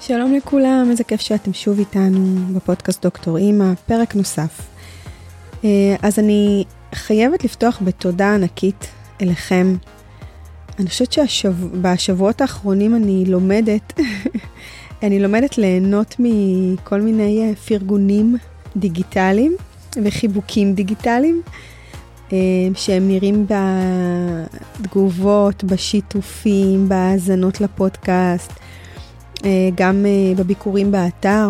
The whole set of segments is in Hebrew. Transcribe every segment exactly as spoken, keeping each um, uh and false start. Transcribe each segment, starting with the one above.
שלום לכולם, איזה כיף שאתם שוב איתנו בפודקאסט דוקטור אימא, פרק נוסף. אז אני חייבת לפתוח בתודה ענקית אליכם. אני חושבת שבשבועות האחרונים אני לומדת, אני לומדת ליהנות מכל מיני פרגונים דיגיטליים וחיבוקים דיגיטליים, שהם נראים בתגובות, בשיתופים, בהאזנות לפודקאסט, גם בביקורים באתר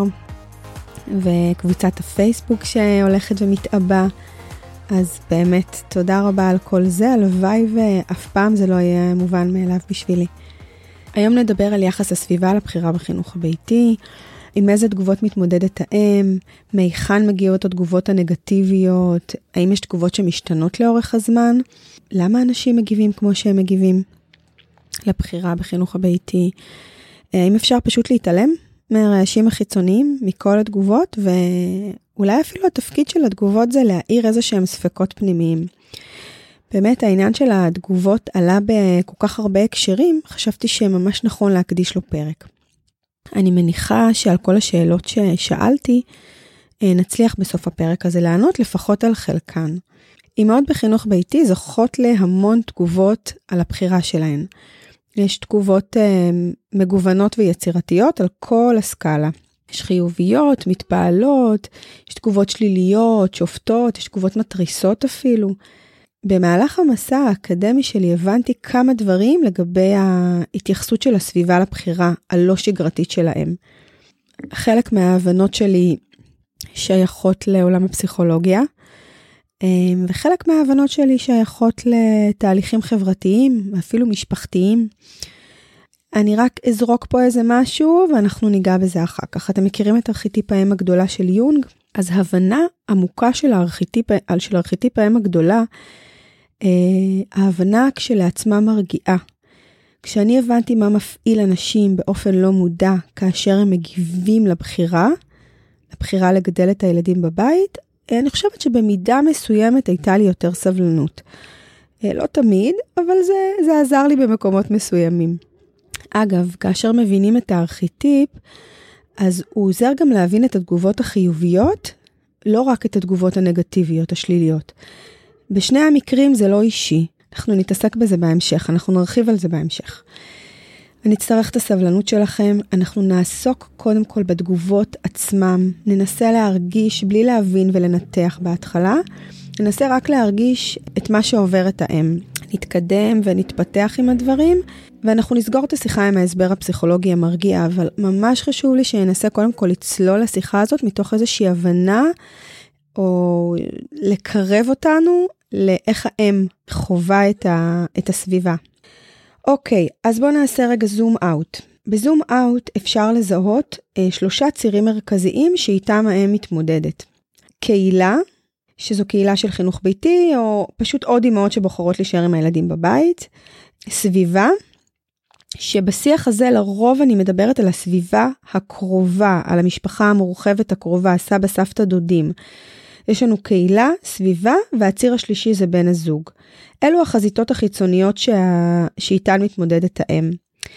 וקבוצת הפייסבוק שהולכת ומתאבא. אז באמת תודה רבה על כל זה, הלוואי ואף פעם זה לא יהיה מובן מאליו בשבילי. היום נדבר על יחס הסביבה לבחירה בחינוך הביתי, עם איזה תגובות מתמודדת האם, מהיכן מגיעות התגובות הנגטיביות, האם יש תגובות שמשתנות לאורך הזמן, למה אנשים מגיבים כמו שהם מגיבים לבחירה בחינוך הביתי, האם אפשר פשוט להתעלם מהרעשים החיצוניים, מכל התגובות, ואולי אפילו התפקיד של התגובות זה להעיר איזה שהם ספקות פנימיים. באמת העניין של התגובות עלה בכל כך הרבה הקשרים, חשבתי שממש נכון להקדיש לו פרק. אני מניחה שעל כל השאלות ששאלתי, נצליח בסוף הפרק הזה לענות לפחות על חלקן. אמהות בחינוך ביתי זוכות להמון תגובות על הבחירה שלהן. יש תגובות אה, מגוונות ויצירתיות על כל הסקאלה. יש חיוביות, מתפעלות, יש תגובות שליליות, שופטות, יש תגובות מטריסות אפילו. במהלך המסע האקדמי שלי הבנתי כמה דברים לגבי ההתייחסות של הסביבה לבחירה הלא שגרתית שלהם. חלק מההבנות שלי שייכות לעולם הפסיכולוגיה, וחלק מההבנות שלי שייכות לתהליכים חברתיים, אפילו משפחתיים. אני רק אזרוק פה איזה משהו, ואנחנו ניגע בזה אחר כך. אתם מכירים את ארכיטיפ האם הגדולה של יונג? אז הבנה עמוקה של הארכיטיפ, של הארכיטיפ האם הגדולה, ההבנה כשלעצמה מרגיעה. כשאני הבנתי מה מפעיל אנשים באופן לא מודע, כאשר הם מגיבים לבחירה, לבחירה לגדל את הילדים בבית, אני חושבת שבמידה מסוימת הייתה לי יותר סבלנות. לא תמיד, אבל זה, זה עזר לי במקומות מסוימים. אגב, כאשר מבינים את הארכיטיפ, אז הוא עוזר גם להבין את התגובות החיוביות, לא רק את התגובות הנגטיביות, השליליות. בשני המקרים זה לא אישי. אנחנו נתעסק בזה בהמשך, אנחנו נרחיב על זה בהמשך. אני אצטרך את הסבלנות שלכם, אנחנו נעסוק קודם כל בתגובות עצמם, ננסה להרגיש בלי להבין ולנתח בהתחלה, ננסה רק להרגיש את מה שעובר את האם. נתקדם ונתפתח עם הדברים, ואנחנו נסגור את השיחה עם ההסבר הפסיכולוגי המרגיע, אבל ממש חשוב לי שננסה קודם כל לצלול לשיחה הזאת, מתוך איזושהי הבנה, או לקרב אותנו לאיך האם חובה את, ה, את הסביבה. אוקיי, אז בואו נעשה רגע זום אאוט. בזום אאוט אפשר לזהות אה, שלושה צירים מרכזיים שאיתם האם מתמודדת. קהילה, שזו קהילה של חינוך ביתי, או פשוט עוד אמהות שבוחרות להישאר עם הילדים בבית. סביבה, שבשיח הזה לרוב אני מדברת על הסביבה הקרובה, על המשפחה המורחבת הקרובה, סבא, סבתא, דודים. יש לנו קהילה, סביבה, והציר השלישי זה בן הזוג. אלו החזיתות החיצוניות שה... שאיתן מתמודדת האם.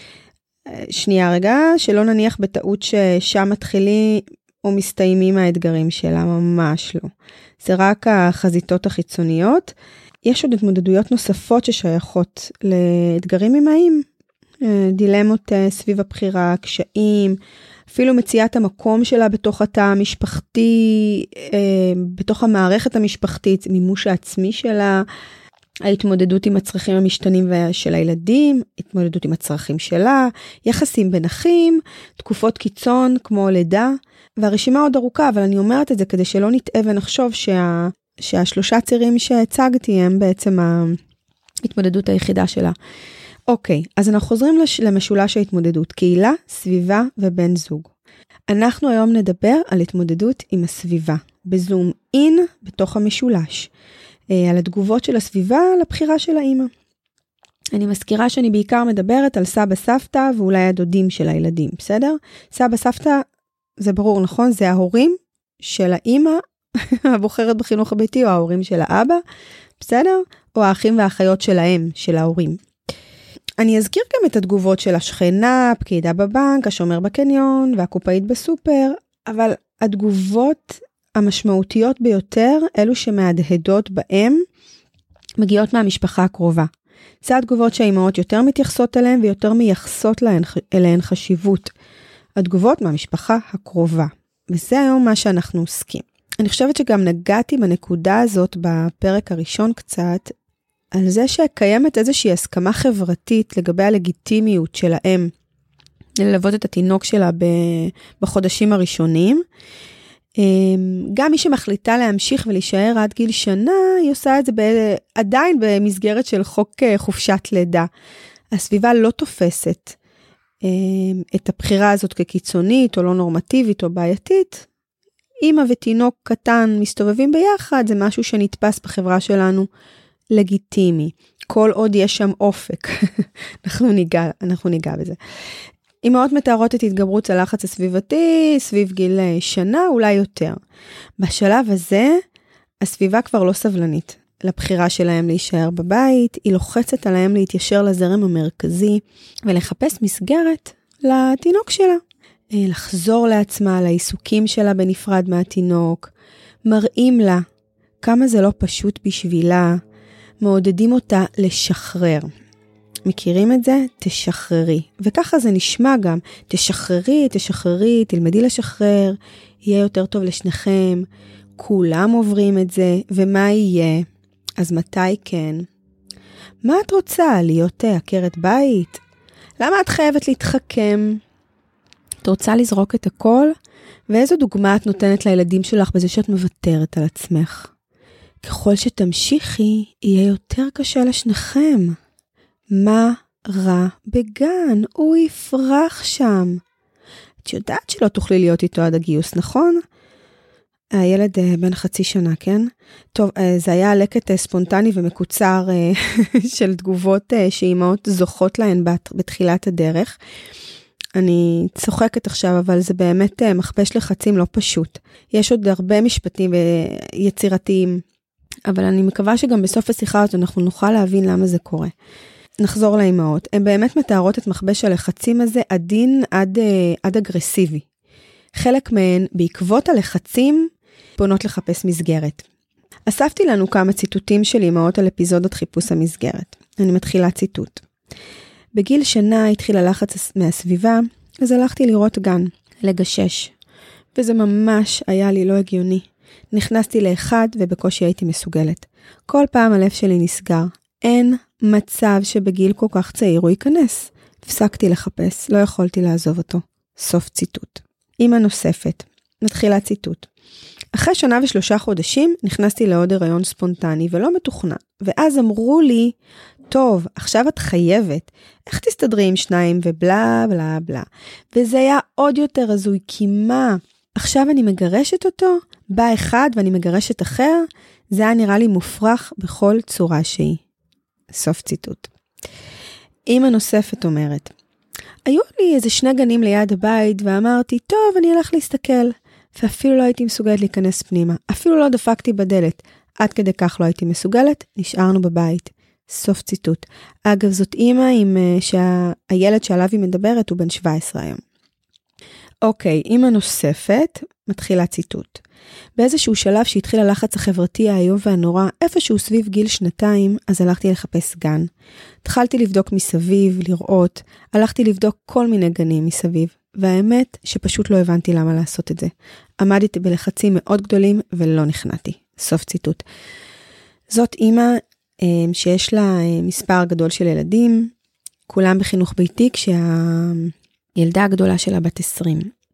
שנייה רגע, שלא נניח בטעות ששם מתחילים או מסתיימים האתגרים שלה, ממש לא. זה רק החזיתות החיצוניות. יש עוד התמודדויות נוספות ששייכות לאתגרים אמהיים, דילמות סביב הבחירה, קשיים, אפילו מציאת המקום שלה בתוך התא המשפחתי, בתוך המערכת המשפחתית, מימוש העצמי שלה, ההתמודדות עם הצרכים המשתנים של הילדים, התמודדות עם הצרכים שלה, יחסים בין אחים, תקופות קיצון כמו לידה, והרשימה עוד ארוכה, אבל אני אומרת את זה כדי שלא נטעה ונחשוב שה, שהשלושה צירים שהצגתי הם בעצם ההתמודדות היחידה שלה. אוקיי, אז אנחנו חוזרים למשולש ההתמודדות, קהילה, סביבה ובן זוג. אנחנו היום נדבר על התמודדות עם הסביבה, בזום אין בתוך המשולש, על התגובות של הסביבה לבחירה של האמא. אני מזכירה שאני בעיקר מדברת על סבא סבתא ואולי הדודים של הילדים, בסדר? סבא סבתא, זה ברור נכון, זה ההורים של האמא הבוחרת בחינוך הביתי, או ההורים של האבא, בסדר? או האחים והאחיות שלהם, של ההורים. אני אזכיר גם את התגובות של השכנה, פקידה בבנק, השומר בקניון והקופאית בסופר, אבל התגובות המשמעותיות ביותר, אלו שמהדהדות בהם, מגיעות מהמשפחה הקרובה. זה התגובות שהאימהות יותר מתייחסות אליהן ויותר מייחסות להן, אליהן חשיבות. התגובות מהמשפחה הקרובה. וזה היום מה שאנחנו עוסקים. אני חושבת שגם נגעתי בנקודה הזאת בפרק הראשון קצת, על זה שקיימת איזושהי הסכמה חברתית לגבי הלגיטימיות של האם, ללוות את התינוק שלה בחודשים הראשונים. גם מי שמחליטה להמשיך ולהישאר עד גיל שנה, היא עושה את זה עדיין במסגרת של חוק חופשת לידה. הסביבה לא תופסת את הבחירה הזאת כקיצונית או לא נורמטיבית או בעייתית. אמא ותינוק קטן מסתובבים ביחד, זה משהו שנתפס בחברה שלנו לגיטימי. כל עוד יש שם אופק, אנחנו ניגע, אנחנו ניגע בזה. אמהות מתארות את התגברות הלחץ הסביבתי סביב גיל שנה, אולי יותר. בשלב הזה, הסביבה כבר לא סבלנית לבחירה שלהם להישאר בבית, היא לוחצת עליהם להתיישר לזרם המרכזי, ולחפש מסגרת לתינוק שלה. לחזור לעצמה, לעיסוקים שלה בנפרד מהתינוק, מראים לה כמה זה לא פשוט בשבילה, מעודדים אותה לשחרר. מכירים את זה? תשחררי. וככה זה נשמע גם. תשחררי, תשחררי, תלמדי לשחרר, יהיה יותר טוב לשניכם. כולם עוברים את זה, ומה יהיה? אז מתי כן? מה את רוצה? להיות עקרת בית? למה את חייבת להתחכם? את רוצה לזרוק את הכל? ואיזו דוגמה את נותנת לילדים שלך בזה שאת מוותרת על עצמך? ככל שתמשיכי, יהיה יותר קשה לשניכם. מה רע בגן? הוא יפרח שם. את יודעת שלא תוכלי להיות איתו עד הגיוס, נכון? הילד בן חצי שנה, כן? טוב, זה היה לקט ספונטני ומקוצר של תגובות שאימהות זוכות להן בתחילת הדרך. אני צוחקת עכשיו, אבל זה באמת מכבש לחצים לא פשוט. יש עוד הרבה משפטים יצירתיים, אבל אני מקווה שגם בסוף השיחה הזאת אנחנו נוכל להבין למה זה קורה. נחזור לאימהות. הן באמת מתארות את מכבש הלחצים הזה עדין עד, עד אגרסיבי. חלק מהן, בעקבות הלחצים, פונות לחפש מסגרת. אספתי לנו כמה ציטוטים של אימהות על אפיזודת חיפוש המסגרת. אני מתחילה ציטוט. בגיל שנה התחיל הלחץ מהסביבה, אז הלכתי לראות גן, לגשש. וזה ממש היה לי לא הגיוני. נכנסתי לאחד ובקושי הייתי מסוגלת. כל פעם הלב שלי נסגר. אין מצב שבגיל כל כך צעיר הוא ייכנס. הפסקתי לחפש, לא יכולתי לעזוב אותו. סוף ציטוט. אמא נוספת. מתחילה ציטוט. אחרי שנה ושלושה חודשים נכנסתי לעוד הריון ספונטני ולא מתוכנן. ואז אמרו לי, טוב, עכשיו את חייבת. איך תסתדרי עם שניים ובלה בלה בלה. וזה היה עוד יותר הזוי, כי מה? עכשיו אני מגרשת אותו, בא אחד ואני מגרשת אחר, זה היה נראה לי מופרך בכל צורה שהיא. סוף ציטוט. אמא נוספת אומרת, היו לי איזה שני גנים ליד הבית, ואמרתי, טוב, אני אלך להסתכל. ואפילו לא הייתי מסוגלת להיכנס פנימה. אפילו לא דפקתי בדלת. עד כדי כך לא הייתי מסוגלת, נשארנו בבית. סוף ציטוט. אגב, זאת אמא עם שהילד שעליו היא מדברת הוא בן שבע עשרה היום. אוקיי, אמא נוספת, מתחילה ציטוט. באיזשהו שלב שהתחיל הלחץ החברתי האיום והנורא, איפשהו סביב גיל שנתיים, אז הלכתי לחפש גן. התחלתי לבדוק מסביב, לראות, הלכתי לבדוק כל מיני גנים מסביב, והאמת שפשוט לא הבנתי למה לעשות את זה. עמדתי בלחצים מאוד גדולים ולא נכנעתי. סוף ציטוט. זאת אמא שיש לה מספר גדול של ילדים, כולם בחינוך ביתי, כשהילדה הגדולה שלה בת עשרים.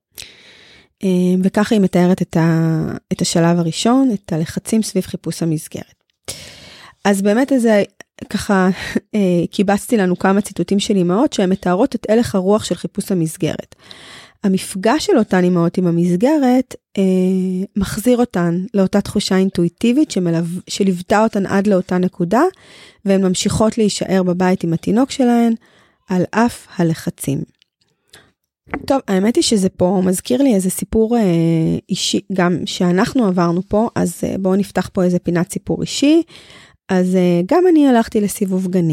וככה היא מתארת את, ה, את השלב הראשון, את הלחצים סביב חיפוש המסגרת. אז באמת איזה, ככה, קיבצתי לנו כמה ציטוטים של אימהות, שהן מתארות את הלך הרוח של חיפוש המסגרת. המפגש של אותן אימהות עם המסגרת, אה, מחזיר אותן לאותה תחושה אינטואיטיבית, שמלו, שליוותה אותן עד לאותה נקודה, והן ממשיכות להישאר בבית עם התינוק שלהן, על אף הלחצים. טוב, האמת היא שזה פה מזכיר לי איזה סיפור אה, אישי, גם שאנחנו עברנו פה, אז אה, בואו נפתח פה איזה פינת סיפור אישי. אז אה, גם אני הלכתי לסיבוב גנים,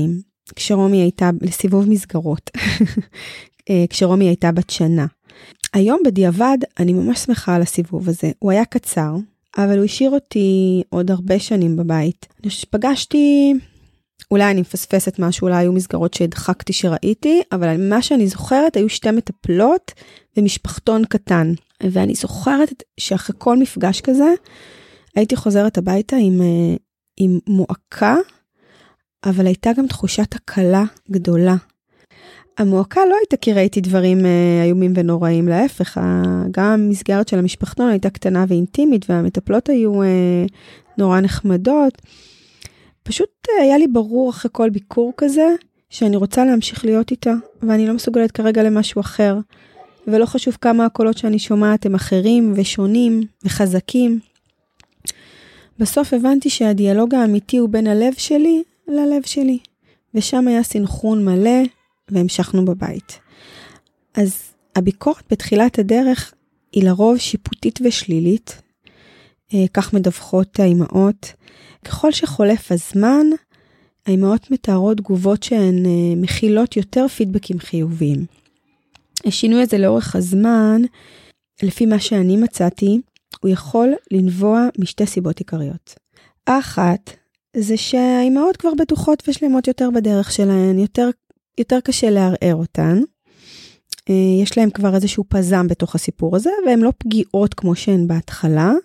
כשרומי הייתה לסיבוב מסגרות, כשרומי הייתה בת שנה. היום בדיעבד אני ממש שמחה על הסיבוב הזה. הוא היה קצר, אבל הוא השאיר אותי עוד הרבה שנים בבית. אני פגשתי, אולי אני מפספסת משהו, אולי היו מסגרות שהדחקתי שראיתי, אבל מה שאני זוכרת היו שתי מטפלות ומשפחתון קטן. ואני זוכרת שאחרי כל מפגש כזה, הייתי חוזרת הביתה עם, עם מועקה, אבל הייתה גם תחושת הקלה גדולה. המועקה לא הייתה כי ראיתי דברים איומים ונוראים, להפך, גם המסגרת של המשפחתון הייתה קטנה ואינטימית, והמטפלות היו נורא נחמדות. פשוט היה לי ברור אחרי כל ביקור כזה, שאני רוצה להמשיך להיות איתה, ואני לא מסוגלת כרגע למשהו אחר, ולא חשוב כמה הקולות שאני שומעת הם אחרים ושונים וחזקים. בסוף הבנתי שהדיאלוג האמיתי הוא בין הלב שלי ללב שלי, ושם היה סינכרון מלא, והמשכנו בבית. אז הביקורת בתחילת הדרך היא לרוב שיפוטית ושלילית, כך מדווחות האימהות. ככל שחולף הזמן, האימהות מתארות תגובות שהן מכילות יותר פידבקים חיוביים. השינוי הזה לאורך הזמן, לפי מה שאני מצאתי, הוא יכול לנבוע משתי סיבות עיקריות. האחת, זה שהאימהות כבר בטוחות ושלמות יותר בדרך שלהן, יותר, יותר קשה לערער אותן. יש להם כבר איזשהו פזם בתוך הסיפור הזה, והן לא פגיעות כמו שהן בהתחלה.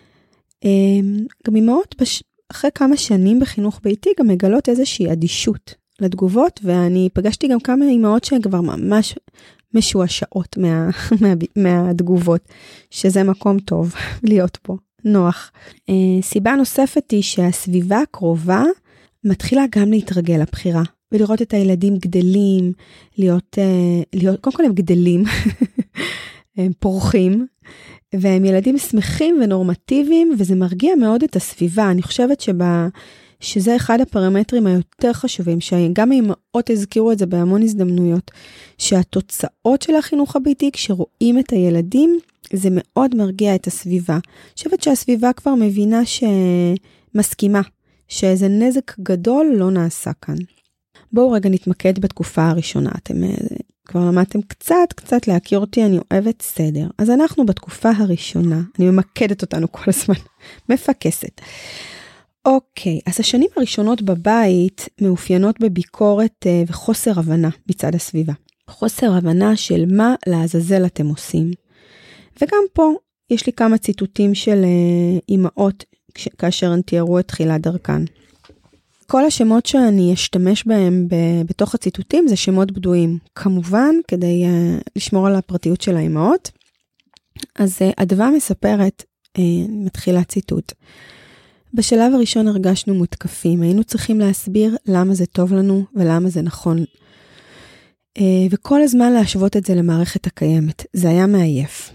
גם אימהות אחרי כמה שנים בחינוך ביתי, גם מגלות איזושהי אדישות לתגובות, ואני פגשתי גם כמה אימהות שהן כבר ממש משועשעות מה, מה, מהתגובות, שזה מקום טוב להיות פה, נוח. סיבה נוספת היא שהסביבה הקרובה מתחילה גם להתרגל לבחירה, ולראות את הילדים גדלים, להיות, להיות קודם כל הם גדלים, הם פורחים, והם ילדים שמחים ונורמטיביים, וזה מרגיע מאוד את הסביבה. אני חושבת שבה, שזה אחד הפרמטרים היותר חשובים, שגם האמהות הזכירו את זה בהמון הזדמנויות, שהתוצאות של החינוך הביתי, כשרואים את הילדים, זה מאוד מרגיע את הסביבה. אני חושבת שהסביבה כבר מבינה שמסכימה, שאיזה נזק גדול לא נעשה כאן. בואו רגע נתמקד בתקופה הראשונה. אתם כבר למדתם קצת, קצת להכיר אותי, אני אוהבת סדר. אז אנחנו בתקופה הראשונה, אני ממקדת אותנו כל הזמן, מפקסת. אוקיי, אז השנים הראשונות בבית מאופיינות בביקורת וחוסר הבנה מצד הסביבה. חוסר הבנה של מה לעזאזל אתם עושים. וגם פה יש לי כמה ציטוטים של אימהות כאשר הן תיארו את תחילת דרכן. כל השמות שאני אשתמש בהם בתוך הציטוטים זה שמות בדויים, כמובן כדי לשמור על הפרטיות של האימהות. אז אדווה מספרת, מתחילה ציטוט. בשלב הראשון הרגשנו מותקפים, היינו צריכים להסביר למה זה טוב לנו ולמה זה נכון. וכל הזמן להשוות את זה למערכת הקיימת, זה היה מעייף.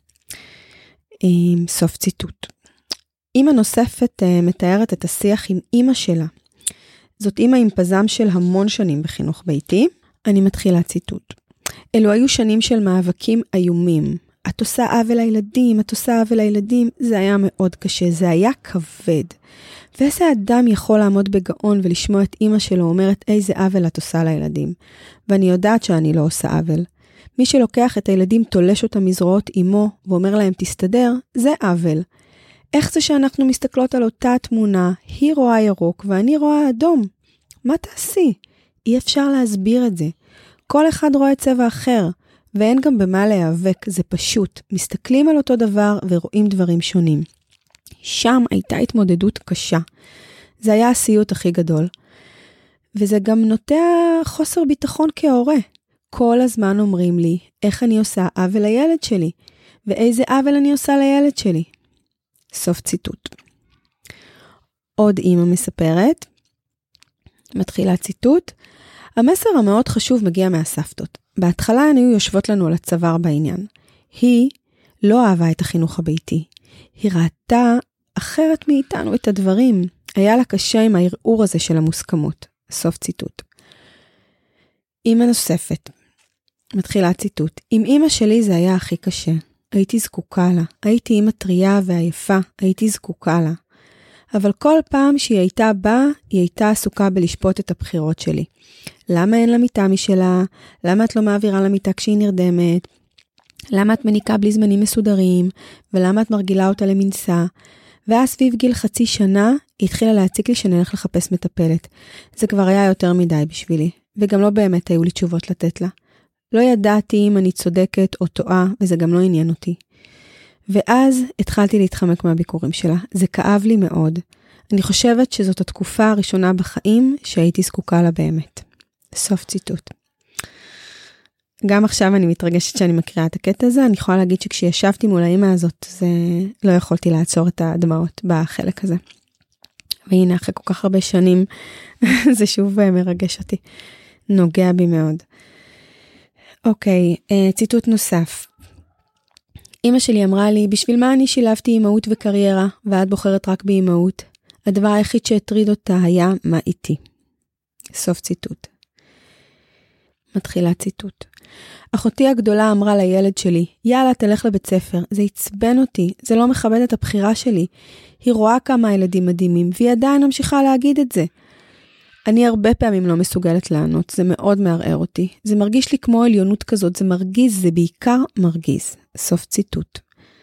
סוף ציטוט. אמא נוספת מתארת את השיח עם אמא שלה. זאת אמא עם פזם של המון שנים בחינוך ביתי. אני מתחילה ציטוט. אלו היו שנים של מאבקים איומים. את עושה עוול לילדים, את עושה עוול לילדים. זה היה מאוד קשה, זה היה כבד. ואיזה אדם יכול לעמוד בגאון ולשמוע את אמא שלו אומרת איזה עוול את עושה לילדים. ואני יודעת שאני לא עושה עוול. מי שלוקח את הילדים תולש אותם מזרועות אמו ואומר להם תסתדר, זה עוול. איך זה שאנחנו מסתכלות על אותה תמונה, היא רואה ירוק ואני רואה אדום? מה תעשי? אי אפשר להסביר את זה. כל אחד רואה צבע אחר, ואין גם במה להיאבק, זה פשוט. מסתכלים על אותו דבר ורואים דברים שונים. שם הייתה התמודדות קשה. זה היה הסיוט הכי גדול. וזה גם נוטע חוסר ביטחון כהורה. כל הזמן אומרים לי, איך אני עושה עוול לילד שלי, ואיזה עוול אני עושה לילד שלי. סוף ציטוט. עוד אמא מספרת, מתחילה ציטוט, המסר המאוד חשוב מגיע מהסבתות. בהתחלה הן היו יושבות לנו על הצוואר בעניין. היא לא אהבה את החינוך הביתי. היא ראתה אחרת מאיתנו את הדברים. היה לה קשה עם הערעור הזה של המוסכמות. סוף ציטוט. אמא נוספת, מתחילה ציטוט. עם אמא שלי זה היה הכי קשה. הייתי זקוקה לה. הייתי אמא טריה ועייפה. הייתי זקוקה לה. אבל כל פעם שהיא הייתה באה, היא הייתה עסוקה בלשפוט את הבחירות שלי. למה אין לה מיטה משלה? למה את לא מעבירה לה מיטה כשהיא נרדמת? למה את מניקה בלי זמנים מסודרים? ולמה את מרגילה אותה למנסה? ואז סביב גיל חצי שנה, היא התחילה להציק לי שנלך לחפש מטפלת. זה כבר היה יותר מדי בשבילי, וגם לא באמת היו לי תשובות לתת לה. לא ידעתי אם אני צודקת או טועה, וזה גם לא עניין אותי. ואז התחלתי להתחמק מהביקורים שלה. זה כאב לי מאוד. אני חושבת שזאת התקופה הראשונה בחיים שהייתי זקוקה לה באמת. סוף ציטוט. גם עכשיו אני מתרגשת שאני מקריאה את הקטע הזה. אני יכולה להגיד שכשישבתי מול האמא הזאת, זה לא יכולתי לעצור את הדמעות בחלק הזה. והנה, אחרי כל כך הרבה שנים, זה שוב מרגש אותי. נוגע בי מאוד. אוקיי, ציטוט נוסף. אמא שלי אמרה לי, בשביל מה אני שילבתי אימהות וקריירה, ואת בוחרת רק באימהות? הדבר היחיד שהטריד אותה היה מה איתי. סוף ציטוט. מתחילה ציטוט. אחותי הגדולה אמרה לילד שלי, יאללה תלך לבית ספר, זה יצבן אותי, זה לא מכבד את הבחירה שלי. היא רואה כמה ילדים מדהימים, והיא עדיין ממשיכה להגיד את זה. אני הרבה פעמים לא מסוגלת לענות, זה מאוד מערער אותי. זה מרגיש לי כמו עליונות כזאת, זה מרגיז, זה בעיקר מרגיז. סוף ציטוט.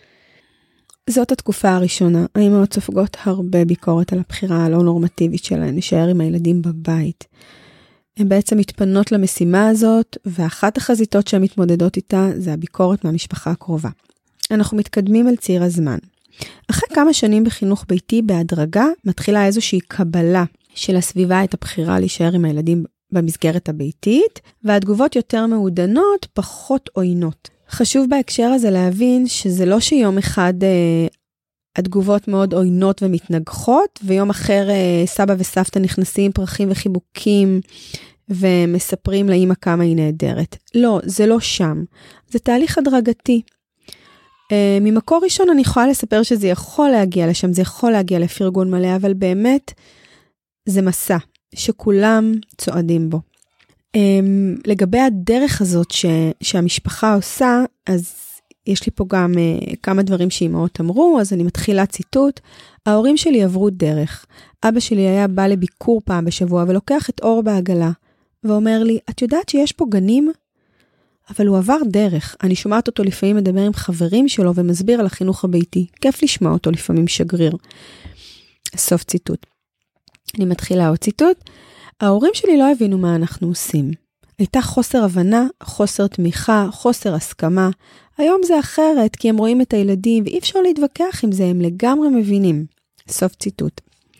זאת התקופה הראשונה, האמהות סופגות הרבה ביקורת על הבחירה הלא נורמטיבית שלהן, להישאר עם הילדים בבית. הן בעצם מתפנות למשימה הזאת, ואחת החזיתות שהן מתמודדות איתה, זה הביקורת מהמשפחה הקרובה. אנחנו מתקדמים על ציר הזמן. אחרי כמה שנים בחינוך ביתי, בהדרגה, מתחילה איזושהי קבלה של הסביבה את הבחירה להישאר עם הילדים במסגרת הביתית, והתגובות יותר מעודנות, פחות עוינות. חשוב בהקשר הזה להבין שזה לא שיום אחד אה, התגובות מאוד עוינות ומתנגחות, ויום אחר אה, סבא וסבתא נכנסים פרחים וחיבוקים, ומספרים לאמא כמה היא נהדרת. לא, זה לא שם. זה תהליך הדרגתי. Uh, ממקור ראשון אני יכולה לספר שזה יכול להגיע לשם, זה יכול להגיע לפרגון מלא, אבל באמת זה מסע שכולם צועדים בו. Um, לגבי הדרך הזאת ש, שהמשפחה עושה, אז יש לי פה גם uh, כמה דברים שאימהות אמרו, אז אני מתחילה ציטוט. ההורים שלי עברו דרך. אבא שלי היה בא לביקור פעם בשבוע ולוקח את אור בעגלה, ואומר לי, את יודעת שיש פה גנים? אבל הוא עבר דרך. אני שומעת אותו לפעמים מדבר עם חברים שלו ומסביר על החינוך הביתי. כיף לשמוע אותו לפעמים שגריר. סוף ציטוט. אני מתחילה עוד ציטוט. ההורים שלי לא הבינו מה אנחנו עושים. הייתה חוסר הבנה, חוסר תמיכה, חוסר הסכמה. היום זה אחרת, כי הם רואים את הילדים, ואי אפשר להתווכח עם זה, הם לגמרי מבינים. סוף ציטוט.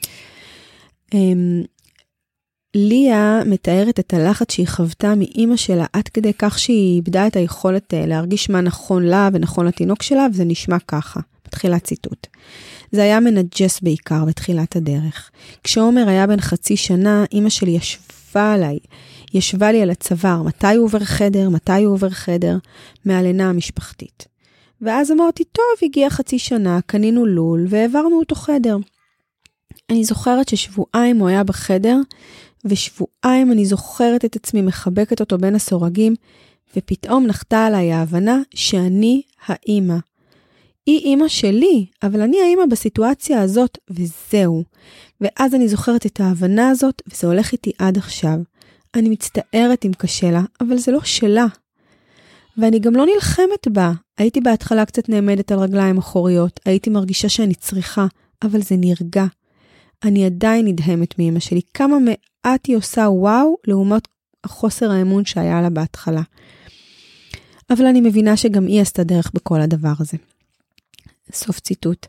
ליה מתארת את הלחץ שהיא חוותה מאמא שלה, עד כדי כך שהיא איבדה את היכולת להרגיש מה נכון לה ונכון לתינוק שלה, וזה נשמע ככה. בתחילת ציטוט. זה היה מנג'ס בעיקר בתחילת הדרך. כשעומר היה בן חצי שנה, אמא שלי ישבה עליי, ישבה לי על הצוואר, מתי הוא עובר חדר, מתי הוא עובר חדר, מהלינה המשפחתית. ואז אמרתי, טוב, הגיע חצי שנה, קנינו לול, והעברנו אותו חדר. אני זוכרת ששבועיים הוא היה בחדר, ושבועיים אני זוכרת את עצמי מחבקת אותו בין הסורגים, ופתאום נחתה עליי ההבנה שאני האמא. היא אמא שלי, אבל אני האמא בסיטואציה הזאת, וזהו. ואז אני זוכרת את ההבנה הזאת, וזה הולך איתי עד עכשיו. אני מצטערת אם קשה לה, אבל זה לא שלה. ואני גם לא נלחמת בה. הייתי בהתחלה קצת נעמדת על רגליים אחוריות, הייתי מרגישה שאני צריכה, אבל זה נרגע. אני עדיין נדהמת מאמא שלי, כמה מעט היא עושה וואו, לעומת חוסר האמון שהיה לה בהתחלה. אבל אני מבינה שגם היא עשתה דרך בכל הדבר הזה. סוף ציטוט.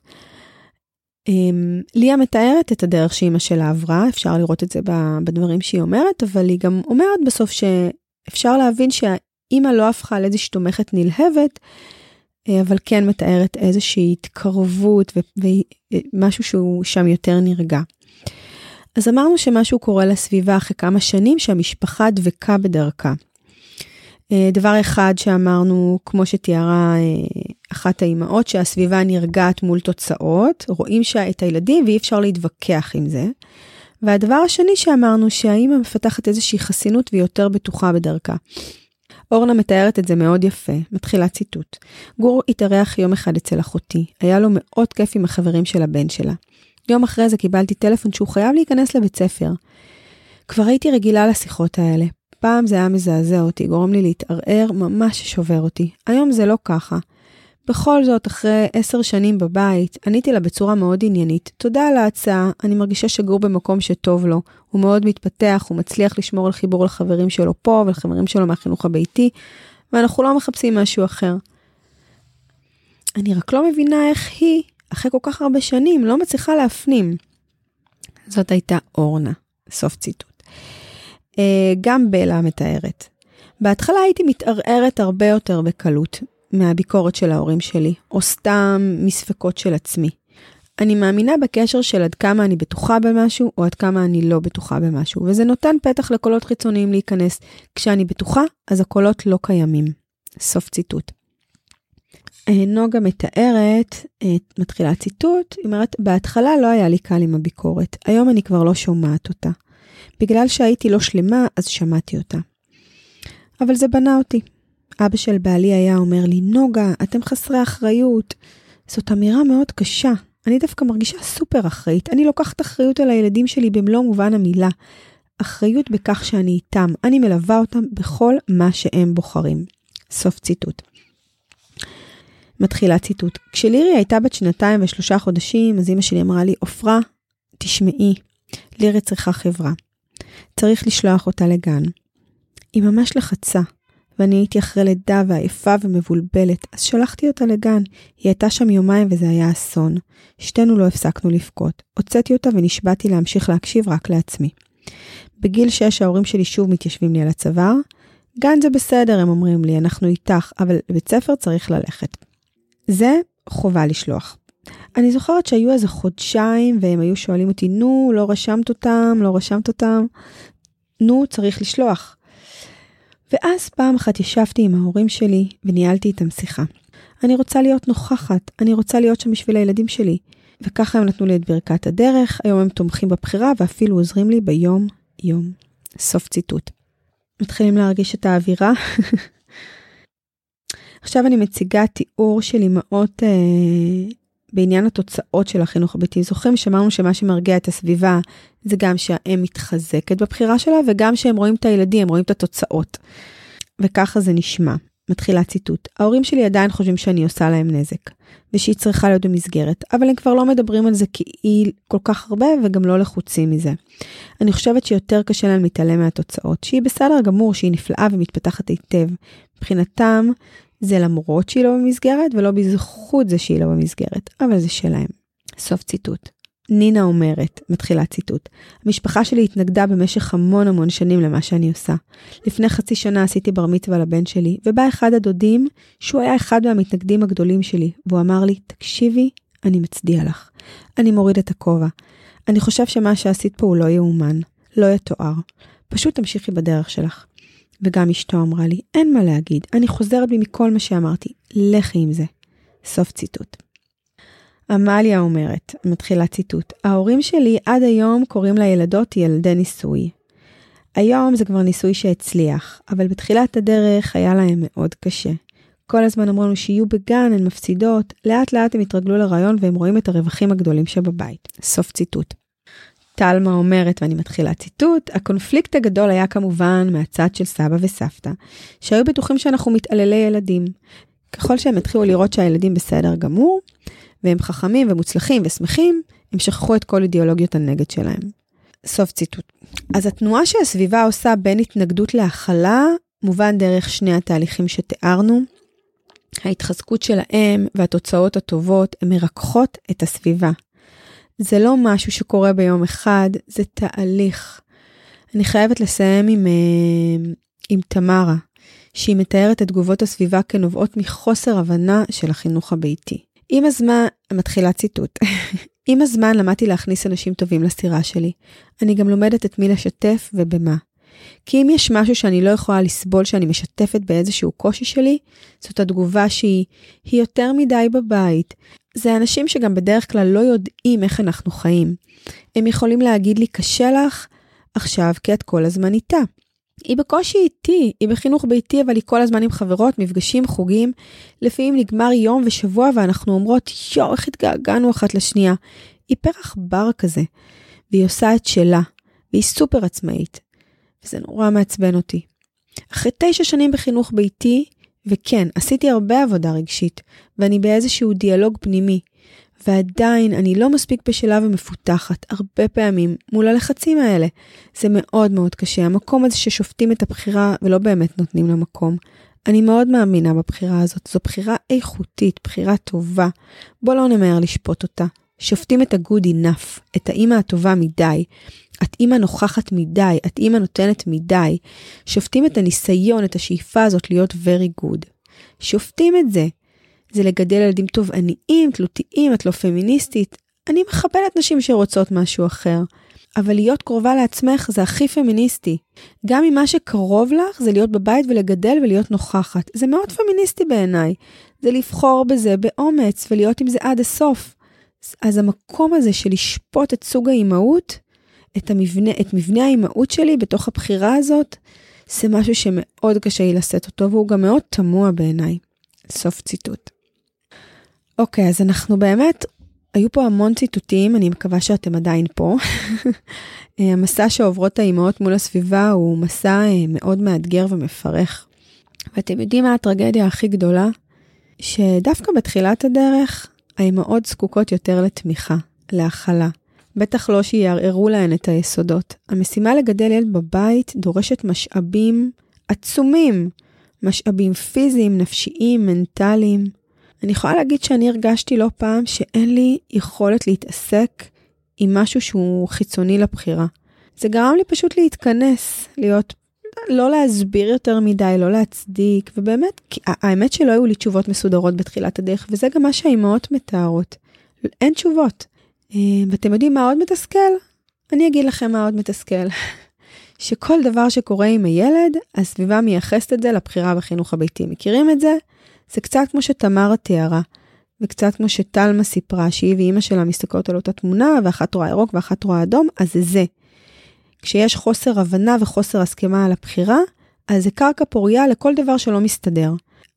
ליה מתארת את הדרך שאמא שלה עברה, אפשר לראות את זה בדברים שהיא אומרת, אבל היא גם אומרת בסוף שאפשר להבין שהאמא לא הפכה לאיזושהי תומכת נלהבת, אבל כן מתארת איזושהי התקרבות ומשהו שהוא שם יותר נרגע. אז אמרנו שמשהו קורה לסביבה אחרי כמה שנים שהמשפחה דבקה בדרכה. דבר אחד שאמרנו, כמו שתיארה אחת האימהות, שהסביבה נרגעת מול תוצאות, רואים את הילדים ואי אפשר להתווכח עם זה. והדבר השני שאמרנו, שהאימא מפתחת איזושהי חסינות והיא יותר בטוחה בדרכה. אורנה מתארת את זה מאוד יפה, מתחילה ציטוט. גור התארח יום אחד אצל אחותי, היה לו מאוד כיף עם החברים של הבן שלה. יום אחרי זה קיבלתי טלפון שהוא חייב להיכנס לבית ספר. כבר הייתי רגילה לשיחות האלה. פעם זה היה מזעזע אותי, גורם לי להתערער, ממש שובר אותי. היום זה לא ככה. בכל זאת, אחרי עשר שנים בבית, עניתי לה בצורה מאוד עניינית. תודה על ההצעה, אני מרגישה שגור במקום שטוב לו. הוא מאוד מתפתח, הוא מצליח לשמור על חיבור לחברים שלו פה ולחברים שלו מהחינוך הביתי, ואנחנו לא מחפשים משהו אחר. אני רק לא מבינה איך היא, אחרי כל כך הרבה שנים, לא מצליחה להפנים. זאת הייתה אורנה. סוף ציטוט. גם בלה מתארת. בהתחלה הייתי מתערערת הרבה יותר בקלות מהביקורת של ההורים שלי, או סתם מספקות של עצמי. אני מאמינה בקשר של עד כמה אני בטוחה במשהו, או עד כמה אני לא בטוחה במשהו, וזה נותן פתח לקולות חיצוניים להיכנס. כשאני בטוחה, אז הקולות לא קיימים. סוף ציטוט. נוגה מתארת, מתחילה ציטוט, היא אומרת, בהתחלה לא היה לי קל עם הביקורת, היום אני כבר לא שומעת אותה. בגלל שהייתי לא שלמה, אז שמעתי אותה. אבל זה בנה אותי. אבא של בעלי היה אומר לי, נוגה, אתם חסרי אחריות. זאת אמירה מאוד קשה. אני דווקא מרגישה סופר אחראית. אני לוקחת אחריות על הילדים שלי במלוא מובן המילה. אחריות בכך שאני איתם. אני מלווה אותם בכל מה שהם בוחרים. סוף ציטוט. מתחילה ציטוט. כשלירי הייתה בת שנתיים ושלושה חודשים, אז אמא שלי אמרה לי, אופרה, תשמעי, לירי צריכה חברה. צריך לשלוח אותה לגן. היא ממש לחצה, ואני הייתי אחרי לידה ועייפה ומבולבלת, אז שלחתי אותה לגן. היא הייתה שם יומיים וזה היה אסון. שתינו לא הפסקנו לבכות. הוצאתי אותה ונשבעתי להמשיך להקשיב רק לעצמי. בגיל שש ההורים שלי שוב מתיישבים לי על הצוואר. גן זה בסדר, הם אומרים לי, אנחנו איתך, אבל לבית ספר צריך ללכת. זה חובה לשלוח. אני זוכרת שהיו איזה חודשיים, והם היו שואלים אותי, נו, לא רשמת אותם, לא רשמת אותם, נו, צריך לשלוח. ואז פעם אחת ישבתי עם ההורים שלי, וניהלתי איתם שיחה. אני רוצה להיות נוכחת, אני רוצה להיות שם בשביל הילדים שלי. וככה הם נתנו לי את ברכת הדרך, היום הם תומכים בבחירה, ואפילו עוזרים לי ביום יום. סוף ציטוט. מתחילים להרגיש את האווירה. עכשיו אני מציגה תיאור של אמהות אה, בעניין התוצאות של החינוך הביתי. זוכרים שאמרנו שמה שמרגיע את הסביבה זה גם שהאם מתחזקת בבחירה שלה, וגם שהם רואים את הילדים, הם רואים את התוצאות. וככה זה נשמע. מתחילה ציטוט. ההורים שלי עדיין חושבים שאני עושה להם נזק, ושהיא צריכה להיות במסגרת, אבל הם כבר לא מדברים על זה כי היא כל כך הרבה וגם לא לחוצים מזה. אני חושבת שיותר קשה להם להתעלם מהתוצאות, שהיא בסדר גמור, שהיא נפלאה ומתפתחת היטב. מבחינתם זה למרות שהיא לא במסגרת, ולא בזכות זה שהיא לא במסגרת, אבל זה שלהם. סוף ציטוט. נינה אומרת, מתחילה ציטוט, המשפחה שלי התנגדה במשך המון המון שנים למה שאני עושה. לפני חצי שנה עשיתי בר מצווה לבן שלי, ובא אחד הדודים, שהוא היה אחד מהמתנגדים הגדולים שלי, והוא אמר לי, תקשיבי, אני מצדיע לך. אני מוריד את הכובע. אני חושב שמה שעשית פה הוא לא יאומן, לא יתואר. פשוט תמשיכי בדרך שלך. וגם אשתו אמרה לי, אין מה להגיד, אני חוזרת בי מכל מה שאמרתי, לכי עם זה. סוף ציטוט. אמליה אומרת, מתחילה ציטוט, ההורים שלי עד היום קוראים לילדות ילדי ניסוי. היום זה כבר ניסוי שהצליח, אבל בתחילת הדרך היה להם מאוד קשה. כל הזמן אמרו לנו שיהיו בגן, הן מפסידות, לאט לאט הם התרגלו לרעיון והם רואים את הרווחים הגדולים שבבית. סוף ציטוט. תלמה אומרת, ואני מתחילה ציטוט, הקונפליקט הגדול היה כמובן מהצד של סבא וסבתא, שהיו בטוחים שאנחנו מתעללי ילדים. ככל שהם התחילו לראות שהילדים בסדר גמור, והם חכמים ומוצלחים ושמחים, הם שכחו את כל אידיאולוגיות הנגד שלהם. סוף ציטוט. אז התנועה שהסביבה עושה בין התנגדות להכלה, מובן דרך שני התהליכים שתיארנו. ההתחזקות שלהם והתוצאות הטובות, הן מרככות את הסביבה. זה לא משהו שקורה ביום אחד, זה תהליך. אני חייבת לסיים עם, עם תמרה, שהיא מתארת את תגובות הסביבה כנובעות מחוסר הבנה של החינוך הביתי. עם הזמן, מתחילה ציטוט, עם הזמן למדתי להכניס אנשים טובים לסירה שלי. אני גם לומדת את מי לשתף ובמה. כי אם יש משהו שאני לא יכולה לסבול שאני משתפת באיזשהו קושי שלי, זאת התגובה שהיא היא יותר מדי בבית. זה אנשים שגם בדרך כלל לא יודעים איך אנחנו חיים. הם יכולים להגיד לי, קשה לך עכשיו כי את כל הזמן איתה. היא בקושי איתי, היא בחינוך ביתי, אבל היא כל הזמן עם חברות, מפגשים, חוגים. לפעמים נגמר יום ושבוע ואנחנו אומרות, יו, איך התגעגענו אחת לשנייה. היא פרח בר כזה, והיא עושה את שלה, והיא סופר עצמאית, וזה נורא מעצבן אותי. אחרי תשע שנים בחינוך ביתי, וכן, עשיתי הרבה עבודה רגשית, ואני באיזשהו דיאלוג פנימי, ועדיין אני לא מספיק בשלה ומפותחת, הרבה פעמים, מול הלחצים האלה. זה מאוד מאוד קשה, המקום הזה ששופטים את הבחירה, ולא באמת נותנים לה מקום. אני מאוד מאמינה בבחירה הזאת, זו בחירה איכותית, בחירה טובה. בוא לא נמהר לשפוט אותה. שופטים את ה-good enough, את האמא הטובה מדי, את אמא נוכחת מדי, את אמא נותנת מדי. שופטים את הניסיון, את השאיפה הזאת להיות very good. שופטים את זה. זה לגדל ילדים תובעניים, תלותיים, את לא פמיניסטית. אני מכבדת נשים שרוצות משהו אחר. אבל להיות קרובה לעצמך זה הכי פמיניסטי. גם אם מה שקרוב לך זה להיות בבית ולגדל ולהיות נוכחת. זה מאוד פמיניסטי בעיניי. זה לבחור בזה באומץ ולהיות עם זה עד הסוף. אז המקום הזה של לשפוט את סוג האימהות, את המבנה, את מבנה האימהות שלי בתוך הבחירה הזאת, זה משהו שמאוד קשה לי לשאת אותו, והוא גם מאוד תמוה בעיניי. סוף ציטוט. אוקיי, אז אנחנו באמת, היו פה המון ציטוטים, אני מקווה שאתם עדיין פה. המסע שעוברות האימהות מול הסביבה הוא מסע מאוד מאתגר ומפרך. ואתם יודעים מה הטרגדיה הכי גדולה? שדווקא בתחילת הדרך, האימהות זקוקות יותר לתמיכה, להכלה. בטח לא שיערערו להן את היסודות. המשימה לגדל ילד בבית דורשת משאבים עצומים, משאבים פיזיים, נפשיים, מנטליים. אני יכולה להגיד שאני הרגשתי לא פעם שאין לי יכולת להתעסק עם משהו שהוא חיצוני לבחירה. זה גרם לי פשוט להתכנס, להיות, לא להסביר יותר מדי, לא להצדיק, ובאמת, כי האמת שלא היו לי תשובות מסודרות בתחילת הדרך, וזה גם מה שהאימהות מתארות. אין תשובות. ואתם יודעים מה עוד מתסכל? אני אגיד לכם מה עוד מתסכל. שכל דבר שקורה עם הילד, הסביבה מייחסת את זה לבחירה בחינוך הביתי. מכירים את זה? זה קצת כמו שתמרה תיארה, וקצת כמו שטלמה סיפרה, שהיא ואימא שלה מסתכלות על אותה תמונה, ואחת רואה ירוק ואחת רואה אדום, אז זה זה. כשיש חוסר הבנה וחוסר הסכמה על הבחירה, אז זה קרקע פוריה לכל דבר שלא מסתדר.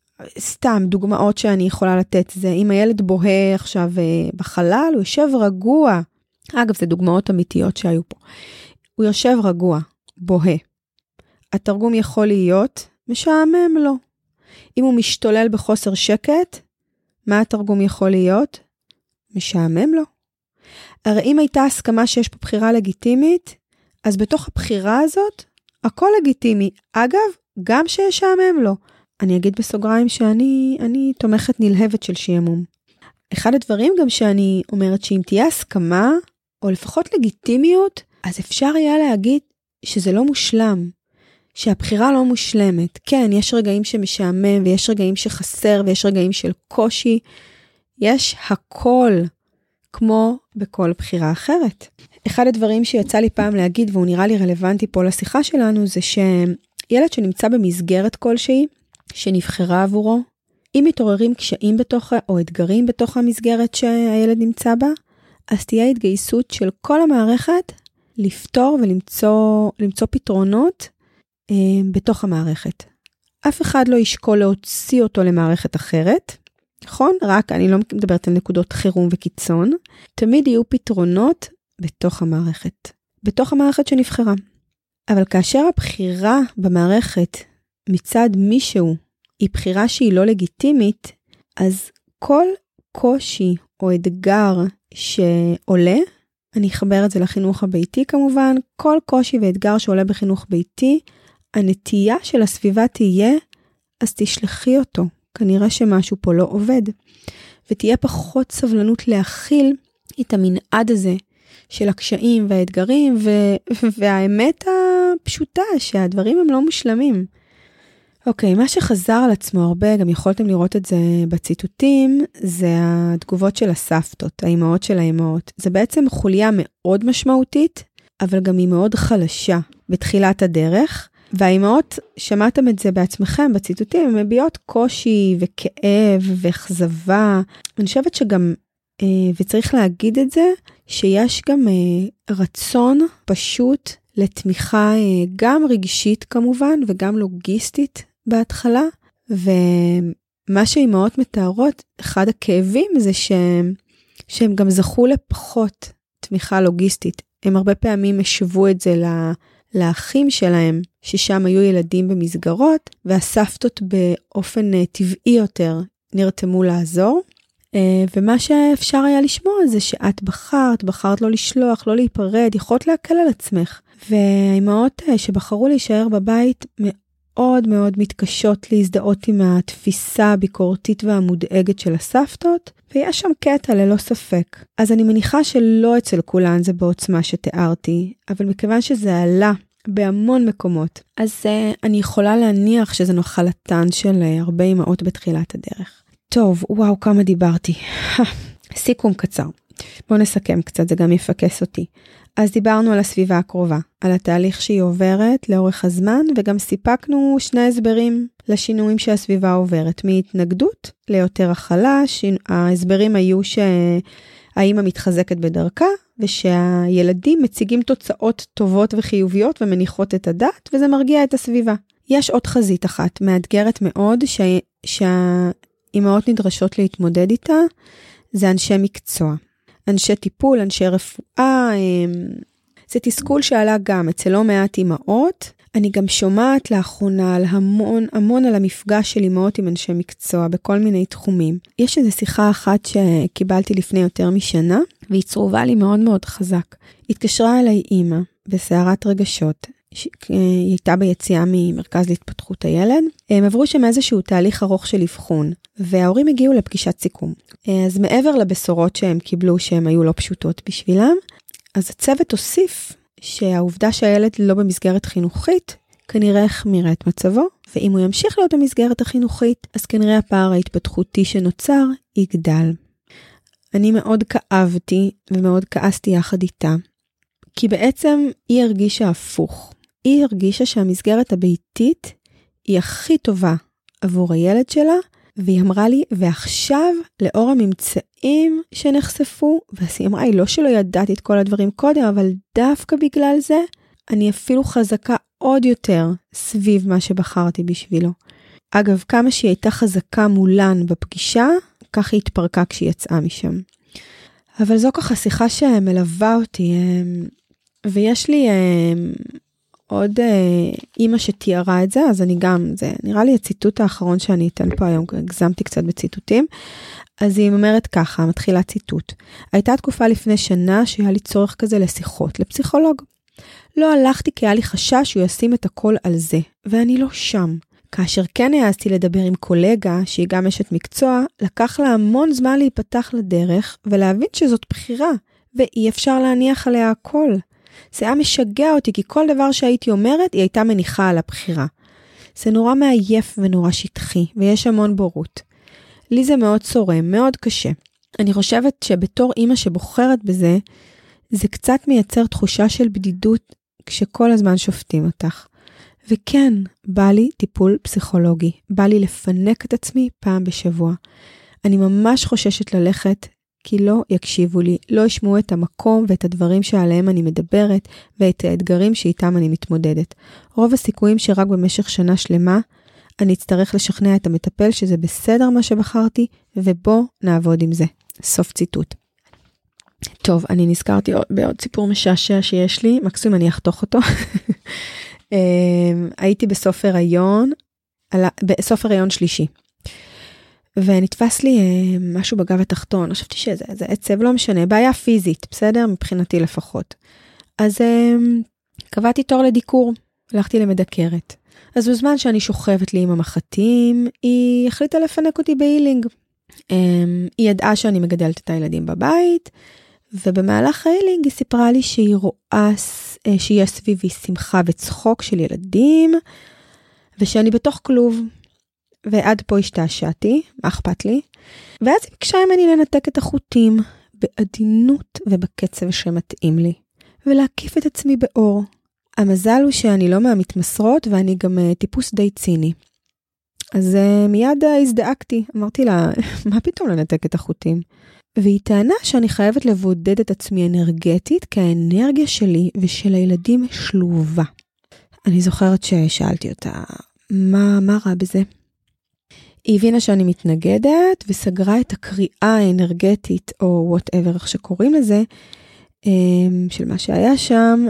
סתם דוגמאות שאני יכולה לתת, זה אם הילד בוהה עכשיו בחלל, הוא יושב רגוע. אגב, זה דוגמאות אמיתיות שהיו פה. הוא יושב רגוע, בוהה. התרגום יכול להיות, משעמם לו. אם הוא משתולל בחוסר שקט, מה התרגום יכול להיות? משעמם לו. הרי אם הייתה הסכמה שיש פה בחירה לגיטימית, אז בתוך הבחירה הזאת, הכל לגיטימי. אגב, גם שישעמם לו. אני אגיד בסוגריים שאני אני תומכת נלהבת של שיעמום. אחד הדברים גם שאני אומרת שאם תהיה הסכמה, או לפחות לגיטימיות, אז אפשר היה להגיד שזה לא מושלם. שהבחירה לא מושלמת. כן, יש רגעים שמשעמם, ויש רגעים שחסר, ויש רגעים של קושי. יש הכל, כמו בכל בחירה אחרת. אחד הדברים שיצא לי פעם להגיד, והוא נראה לי רלוונטי פה לשיחה שלנו, זה שילד שנמצא במסגרת כלשהי, שנבחרה עבורו, אם מתעוררים קשיים בתוך, או אתגרים בתוך המסגרת שהילד נמצא בה, אז תהיה התגייסות של כל המערכת, לפתור ולמצוא למצוא פתרונות, בתוך המערכת. אף אחד לא ישקול להוציא אותו למערכת אחרת, נכון? רק אני לא מדברת על נקודות חירום וקיצון, תמיד יהיו פתרונות בתוך המערכת, בתוך המערכת שנבחרה. אבל כאשר הבחירה במערכת מצד מישהו היא בחירה שהיא לא לגיטימית, אז כל קושי או אתגר שעולה, אני אחבר את זה לחינוך הביתי כמובן, כל קושי ואתגר שעולה בחינוך ביתי, הנטייה של הסביבה תהיה, אז תשלחי אותו. כנראה שמשהו פה לא עובד. ותהיה פחות סבלנות להכיל את המנעד הזה של הקשיים והאתגרים, ו- והאמת הפשוטה שהדברים הם לא מושלמים. אוקיי, מה שחזר על עצמו הרבה, גם יכולתם לראות את זה בציטוטים, זה התגובות של הסבתות, האימהות של האימהות. זה בעצם חוליה מאוד משמעותית, אבל גם היא מאוד חלשה בתחילת הדרך, והאימהות, שמעתם את זה בעצמכם בציטוטים, הן מביעות קושי וכאב ואכזבה. אני חושבת שגם, וצריך להגיד את זה, שיש גם רצון פשוט לתמיכה גם רגשית כמובן, וגם לוגיסטית בהתחלה. ומה שאימהות מתארות, אחד הכאבים זה ש... שהם גם זכו לפחות תמיכה לוגיסטית. הם הרבה פעמים השוו את זה לאחים שלהם, ששם היו ילדים במסגרות, והסבתות באופן טבעי יותר נרתמו לעזור. ומה שאפשר היה לשמוע זה שאת בחרת, בחרת לא לשלוח, לא להיפרד, יכולת להקל על עצמך. והאימהות שבחרו להישאר בבית מאוד מאוד מתקשות להזדהות עם התפיסה הביקורתית והמודאגת של הסבתות, ויש שם קטע ללא ספק. אז אני מניחה שלא אצל כולן זה בעוצמה שתיארתי, אבל מכיוון שזה עלה בהמון מקומות, אז uh, אני יכולה להניח שזה נחלתן של uh, הרבה אימהות בתחילת הדרך. טוב, וואו, כמה דיברתי. סיכום קצר. בואו נסכם קצת, זה גם יפקס אותי. אז דיברנו על הסביבה הקרובה, על התהליך שהיא עוברת לאורך הזמן, וגם סיפקנו שני הסברים לשינויים שהסביבה עוברת, מהתנגדות ליותר הכלה. ההסברים היו שהאימא מתחזקת בדרכה, ושהילדים מציגים תוצאות טובות וחיוביות ומניחות את הדעת, וזה מרגיע את הסביבה. יש עוד חזית אחת, מאתגרת מאוד, ש... שהאימהות נדרשות להתמודד איתה, זה אנשי מקצוע. אנשי טיפול, אנשי רפואה, זה תסכול שעלה גם אצל לא מעט אימהות. אני גם שומעת לאחרונה על המון, המון על המפגש של אימהות עם אנשי מקצוע בכל מיני תחומים. יש איזו שיחה אחת שקיבלתי לפני יותר משנה, והיא צרובה לי מאוד מאוד חזק. התקשרה אליי אימא בסערת רגשות, היא הייתה ביציאה ממרכז להתפתחות הילד. הם עברו שם איזשהו תהליך ארוך של אבחון, וההורים הגיעו לפגישת סיכום. אז מעבר לבשורות שהם קיבלו שהם היו לא פשוטות בשבילם, אז הצוות הוסיף שהעובדה שהילד לא במסגרת חינוכית, כנראה החמירה את מצבו, ואם הוא ימשיך להיות במסגרת החינוכית, אז כנראה הפער ההתפתחותי שנוצר יגדל. אני מאוד כאבתי ומאוד כעסתי יחד איתה, כי בעצם היא הרגישה הפוך. היא הרגישה שהמסגרת הביתית היא הכי טובה עבור הילד שלה, והיא אמרה לי, ועכשיו, לאור הממצאים שנחשפו, והיא אמרה, היא לא שלא ידעתי את כל הדברים קודם, אבל דווקא בגלל זה, אני אפילו חזקה עוד יותר סביב מה שבחרתי בשבילו. אגב, כמה שהיא הייתה חזקה מולן בפגישה, כך היא התפרקה כשהיא יצאה משם. אבל זו ככה שיחה שמלווה אותי, ויש לי עוד אימא שתיארה את זה, אז אני גם, זה נראה לי הציטוט האחרון שאני אתן פה היום, הגזמתי קצת בציטוטים, אז היא אומרת ככה, מתחילה ציטוט. הייתה תקופה לפני שנה שהיה לי צורך כזה לשיחות, לפסיכולוג. לא הלכתי כי היה לי חשש שהוא ישים את הכל על זה, ואני לא שם. כאשר כן העזתי לדבר עם קולגה, שהיא גם אשת מקצוע, לקח לה המון זמן להיפתח לדרך, ולהבין שזאת בחירה, ואי אפשר להניח עליה הכל. זה היה משגע אותי, כי כל דבר שהייתי אומרת, היא הייתה מניחה על הבחירה. זה נורא מעייף ונורא שטחי, ויש המון בורות. לי זה מאוד צורם, מאוד קשה. אני חושבת שבתור אימא שבוחרת בזה, זה קצת מייצר תחושה של בדידות, כשכל הזמן שופטים אותך. וכן, בא לי טיפול פסיכולוגי, בא לי לפנק את עצמי פעם בשבוע. אני ממש חוששת ללכת, כי לא יקשיבו לי, לא ישמעו את המקום ואת הדברים שעליהם אני מדברת, ואת האתגרים שאיתם אני מתמודדת. רוב הסיכויים שרק במשך שנה שלמה, אני אצטרך לשכנע את המטפל שזה בסדר מה שבחרתי, ובוא נעבוד עם זה. סוף ציטוט. טוב, אני נזכרתי בעוד סיפור משעשע שיש לי, מקסימום אני אחתוך אותו. הייתי בסוף הריון, בסוף הריון שלישי. ונתפס לי משהו בגב התחתון, חשבתי שזה זה עצב, לא משנה, בעיה פיזית, בסדר? מבחינתי לפחות. אז קבעתי תור לדיקור, הלכתי למדקרת. אז בזמן שאני שוכבת לי עם המחתים, היא החליטה לפנק אותי בהילינג. היא ידעה שאני מגדלת את הילדים בבית, ובמהלך ההילינג היא סיפרה לי שהיא רואה שיש סביבי שמחה וצחוק של ילדים, ושאני בתוך כלוב. ועד פה השתעשעתי, מה אכפת לי? ואז היא ביקשה ממני לנתק את החוטים, בעדינות ובקצב שמתאים לי, ולהקיף את עצמי באור. המזל הוא שאני לא מהמתמסרות, ואני גם טיפוס די ציני. אז מיד הזדעקתי, אמרתי לה, מה פתאום לנתק את החוטים? והיא טענה שאני חייבת לבודד את עצמי אנרגטית, כי האנרגיה שלי ושל הילדים שלובה. אני זוכרת ששאלתי אותה, מה, מה רע בזה? היא הבינה שאני מתנגדת וסגרה את הקריאה האנרגטית, או whatever איך שקוראים לזה, של מה שהיה שם,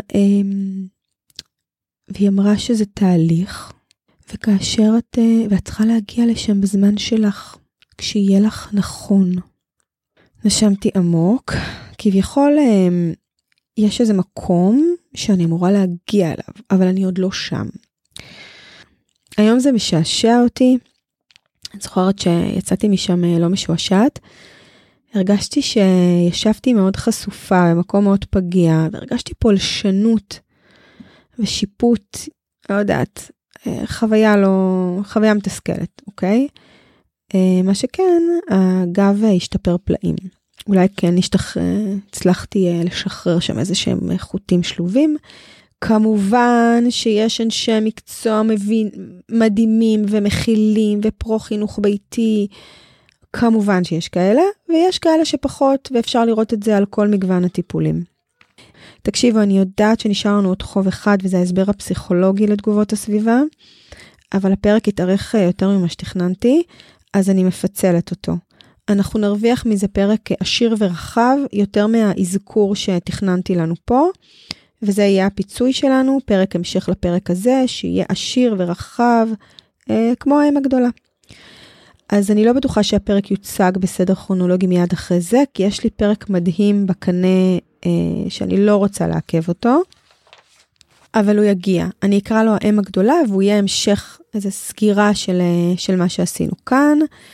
והיא אמרה שזה תהליך, וכאשר את, ואת צריכה להגיע לשם בזמן שלך, כשיהיה לך נכון. נשמתי עמוק, כביכול יש איזה מקום שאני אמורה להגיע אליו, אבל אני עוד לא שם. היום זה משעשע אותי, אני זוכרת שיצאתי משם לא משועשעת, הרגשתי שישבתי מאוד חשופה, במקום מאוד פגיע, והרגשתי פולשנות ושיפוט, לא יודעת, חוויה לא, חוויה מתסכלת, אוקיי? מה שכן, הגב השתפר פלאים. אולי כן נשתח, הצלחתי לשחרר שם איזה שהם חוטים שלובים. כמובן שיש אנשי מקצוע מבין, מדהימים ומכילים ופרו-חינוך ביתי. כמובן שיש כאלה, ויש כאלה שפחות, ואפשר לראות את זה על כל מגוון הטיפולים. תקשיבו, אני יודעת שנשאר לנו עוד חוב אחד, וזה ההסבר הפסיכולוגי לתגובות הסביבה, אבל הפרק יתארך יותר ממה שתכננתי, אז אני מפצלת אותו. אנחנו נרוויח מזה פרק עשיר ורחב, יותר מהאזכור שתכננתי לנו פה, וזה יהיה הפיצוי שלנו, פרק המשך לפרק הזה, שיהיה עשיר ורחב, אה, כמו האם הגדולה. אז אני לא בטוחה שהפרק יוצג בסדר כרונולוגי מיד אחרי זה, כי יש לי פרק מדהים בקנה אה, שאני לא רוצה לעכב אותו, אבל הוא יגיע. אני אקרא לו האם הגדולה, והוא יהיה המשך, איזו סגירה של, של מה שעשינו כאן,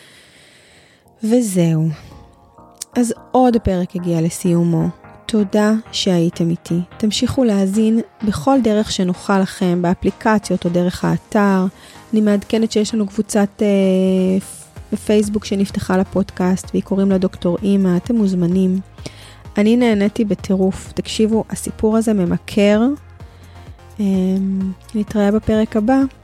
וזהו. אז עוד פרק הגיע לסיומו. תודה שהייתם איתי. תמשיכו להאזין בכל דרך שנוכל לכם, באפליקציות או דרך האתר. אני מעדכנת שיש לנו קבוצת אה, בפייסבוק שנפתחה לפודקאסט, והיא קוראים לה דוקטור אימא, אתם מוזמנים. אני נהניתי בטירוף. תקשיבו, הסיפור הזה ממכר. אה, נתראה בפרק הבא.